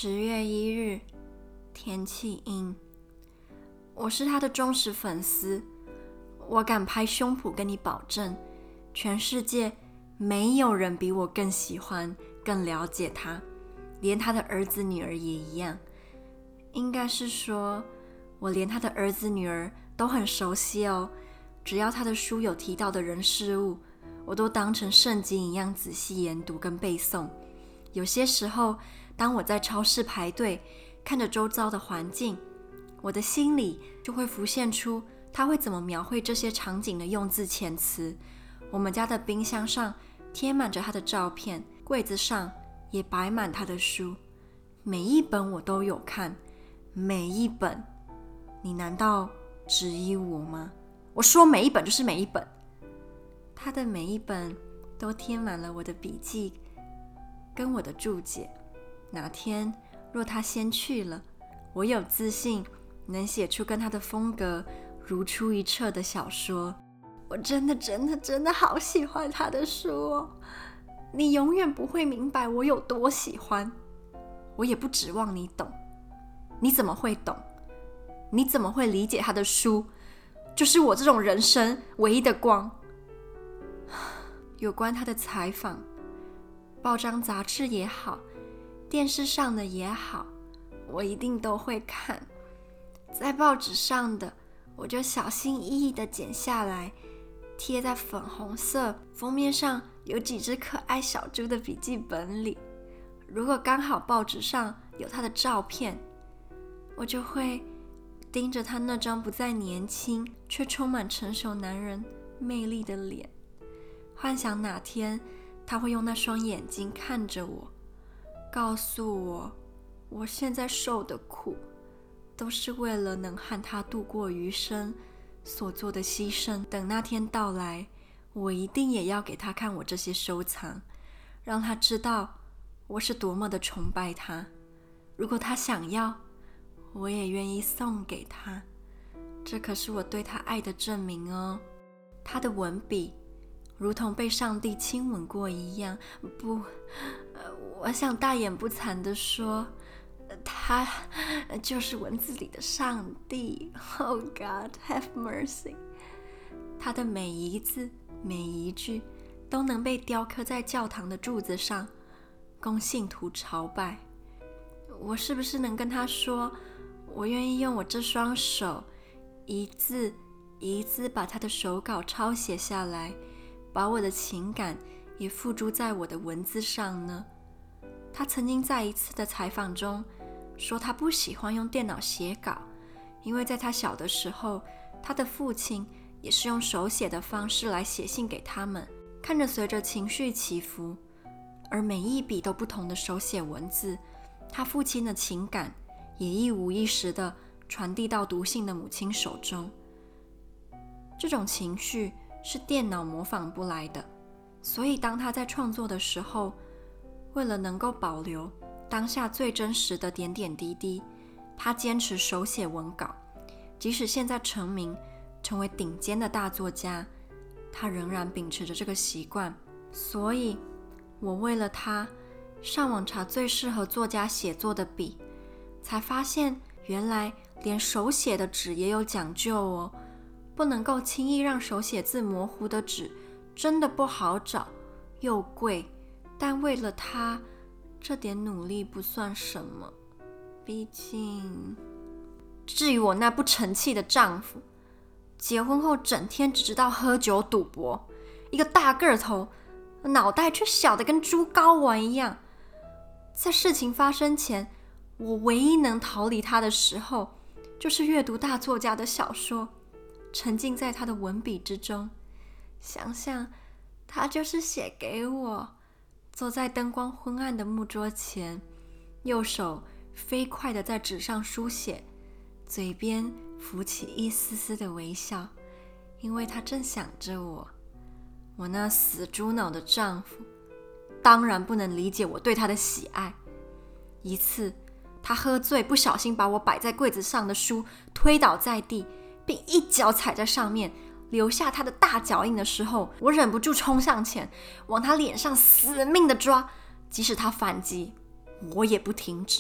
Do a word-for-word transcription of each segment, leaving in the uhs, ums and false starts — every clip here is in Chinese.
十月一日，天气阴。我是他的忠实粉丝，我敢拍胸脯跟你保证，全世界没有人比我更喜欢、更了解他，连他的儿子女儿也一样。应该是说，我连他的儿子女儿都很熟悉哦。只要他的书有提到的人事物，我都当成圣经一样仔细研读跟背诵。有些时候，当我在超市排队，看着周遭的环境，我的心里就会浮现出他会怎么描绘这些场景的用字遣词。我们家的冰箱上贴满着他的照片，柜子上也摆满他的书，每一本我都有看，每一本。你难道质疑我吗？我说每一本就是每一本。他的每一本都贴满了我的笔记跟我的注解。哪天若他先去了，我有自信能写出跟他的风格如出一辙的小说。我真的真的真的好喜欢他的书哦！你永远不会明白我有多喜欢，我也不指望你懂。你怎么会懂？你怎么会理解他的书？就是我这种人生唯一的光。有关他的采访，报章杂志也好，电视上的也好，我一定都会看。在报纸上的，我就小心翼翼地剪下来，贴在粉红色封面上有几只可爱小猪的笔记本里。如果刚好报纸上有他的照片，我就会盯着他那张不再年轻却充满成熟男人魅力的脸，幻想哪天他会用那双眼睛看着我，告诉我我现在受的苦都是为了能和他度过余生所做的牺牲。等那天到来，我一定也要给他看我这些收藏，让他知道我是多么的崇拜他。如果他想要，我也愿意送给他，这可是我对他爱的证明哦。他的文笔如同被上帝亲吻过一样，不，我想大言不惭地说，他就是文字里的上帝。 Oh God, have mercy。 他的每一字每一句都能被雕刻在教堂的柱子上，供信徒朝拜。我是不是能跟他说，我愿意用我这双手一字一字把他的手稿抄写下来，把我的情感也付诸在我的文字上呢？他曾经在一次的采访中说，他不喜欢用电脑写稿，因为在他小的时候，他的父亲也是用手写的方式来写信给他们，看着随着情绪起伏，而每一笔都不同的手写文字，他父亲的情感也一五一十地传递到读信的母亲手中。这种情绪是电脑模仿不来的，所以当他在创作的时候，为了能够保留当下最真实的点点滴滴，他坚持手写文稿。即使现在成名，成为顶尖的大作家，他仍然秉持着这个习惯。所以我为了他上网查最适合作家写作的笔，才发现原来连手写的纸也有讲究哦。不能够轻易让手写字模糊的纸真的不好找，又贵，但为了他，这点努力不算什么。毕竟，至于我那不成器的丈夫，结婚后整天只知道喝酒赌博，一个大个头，脑袋却小得跟猪睾丸一样。在事情发生前，我唯一能逃离他的时候，就是阅读大作家的小说，沉浸在他的文笔之中，想想他就是写给我，坐在灯光昏暗的木桌前，右手飞快地在纸上书写，嘴边浮起一丝丝的微笑，因为他正想着我。我那死猪脑的丈夫当然不能理解我对他的喜爱。一次他喝醉，不小心把我摆在柜子上的书推倒在地，并一脚踩在上面，留下他的大脚印的时候，我忍不住冲上前，往他脸上死命的抓。即使他反击，我也不停止，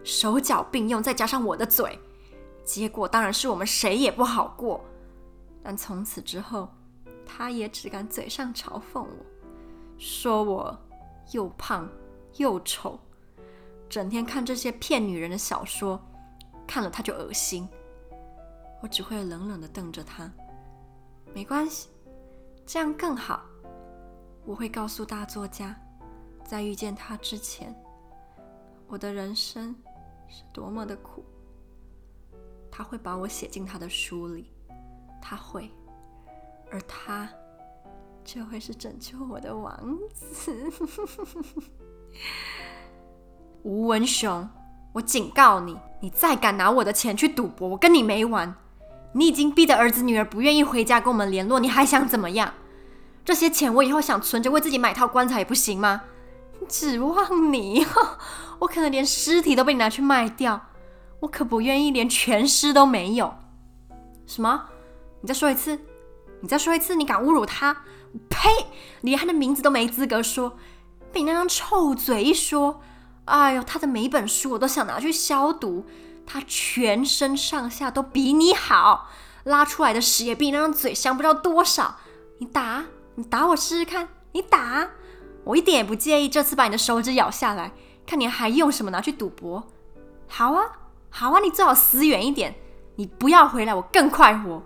手脚并用，再加上我的嘴，结果当然是我们谁也不好过。但从此之后，他也只敢嘴上嘲讽我，说我又胖又丑，整天看这些骗女人的小说，看了他就恶心。我只会冷冷地瞪着他，没关系，这样更好。我会告诉大作家，在遇见他之前，我的人生是多么的苦。他会把我写进他的书里，他会，而他就会是拯救我的王子。吴文雄，我警告你，你再敢拿我的钱去赌博，我跟你没完。你已经逼得儿子女儿不愿意回家跟我们联络，你还想怎么样？这些钱我以后想存着为自己买套棺材也不行吗？指望你，我可能连尸体都被你拿去卖掉，我可不愿意连全尸都没有。什么？你再说一次？你再说一次？你敢侮辱他？呸！连他的名字都没资格说，被你那张臭嘴一说，哎呦，他的每一本书我都想拿去消毒。他全身上下都比你好，拉出来的屎也比你那张嘴香不知道多少。你打，你打我试试看，你打，我一点也不介意这次把你的手指咬下来，看你还用什么拿去赌博。好啊，好啊，你最好死远一点，你不要回来，我更快活。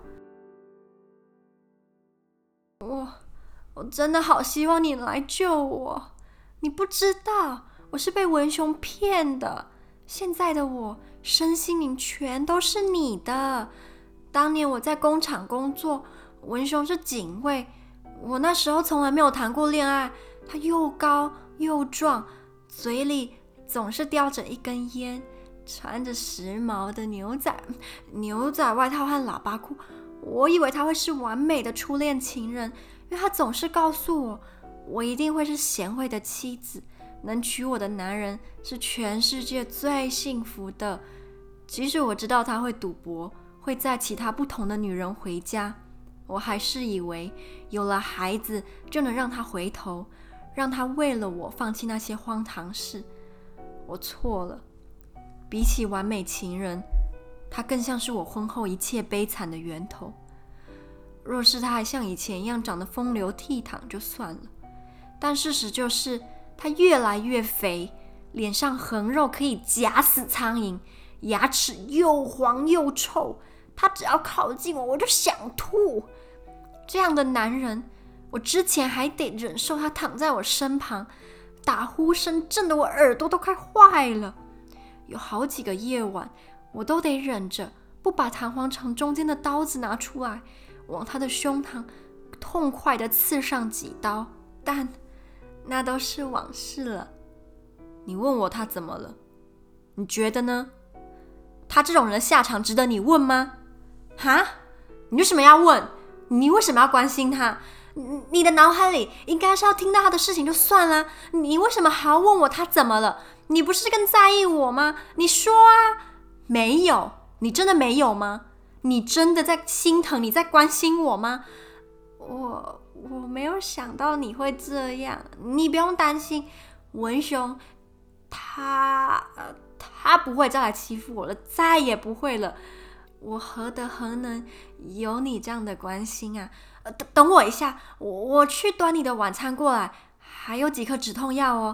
我我真的好希望你来救我，你不知道我是被文雄骗的，现在的我身心灵全都是你的。当年我在工厂工作，文雄是警卫，我那时候从来没有谈过恋爱。他又高又壮，嘴里总是叼着一根烟，穿着时髦的牛仔牛仔外套和喇叭裤。我以为他会是完美的初恋情人，因为他总是告诉我，我一定会是贤惠的妻子，能娶我的男人是全世界最幸福的。即使我知道他会赌博，会载其他不同的女人回家，我还是以为有了孩子就能让他回头，让他为了我放弃那些荒唐事。我错了，比起完美情人，他更像是我婚后一切悲惨的源头。若是他还像以前一样长得风流倜傥就算了，但事实就是他越来越肥，脸上横肉可以夹死苍蝇，牙齿又黄又臭，他只要靠近我，我就想吐。这样的男人，我之前还得忍受他躺在我身旁，打呼声震得我耳朵都快坏了。有好几个夜晚，我都得忍着不把弹簧床中间的刀子拿出来，往他的胸膛痛快地刺上几刀。但那都是往事了。你问我他怎么了？你觉得呢？他这种人的下场值得你问吗？哈？你为什么要问？你为什么要关心他？你的脑海里应该是要听到他的事情就算了，你为什么还要问我他怎么了？你不是更在意我吗？你说啊。没有，你真的没有吗？你真的在心疼，你在关心我吗？我我没有想到你会这样，你不用担心，文雄他呃他不会再来欺负我了，再也不会了。我何德何能有你这样的关心啊？呃、等等我一下，我我去端你的晚餐过来，还有几颗止痛药哦。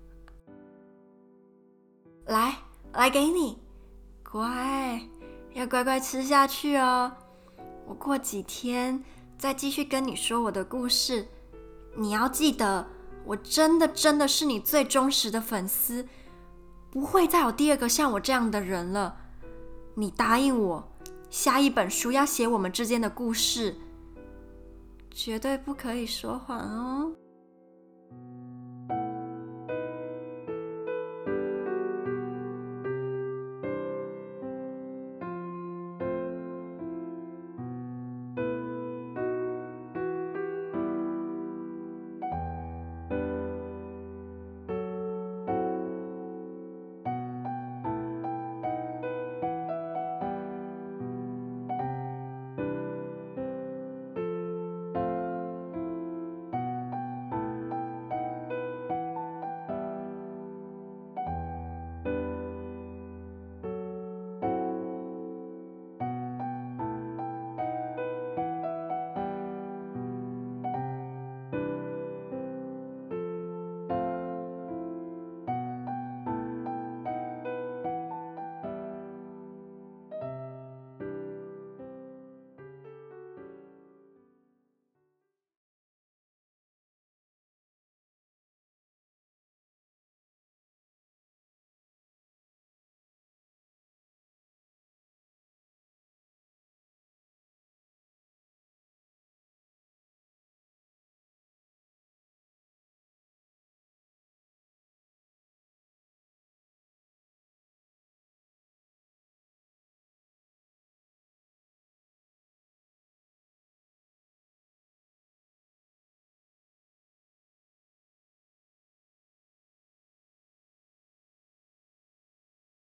来来给你，乖，要乖乖吃下去哦。我过几天再继续跟你说我的故事。你要记得，我真的真的是你最忠实的粉丝，不会再有第二个像我这样的人了。你答应我，下一本书要写我们之间的故事，绝对不可以说谎哦。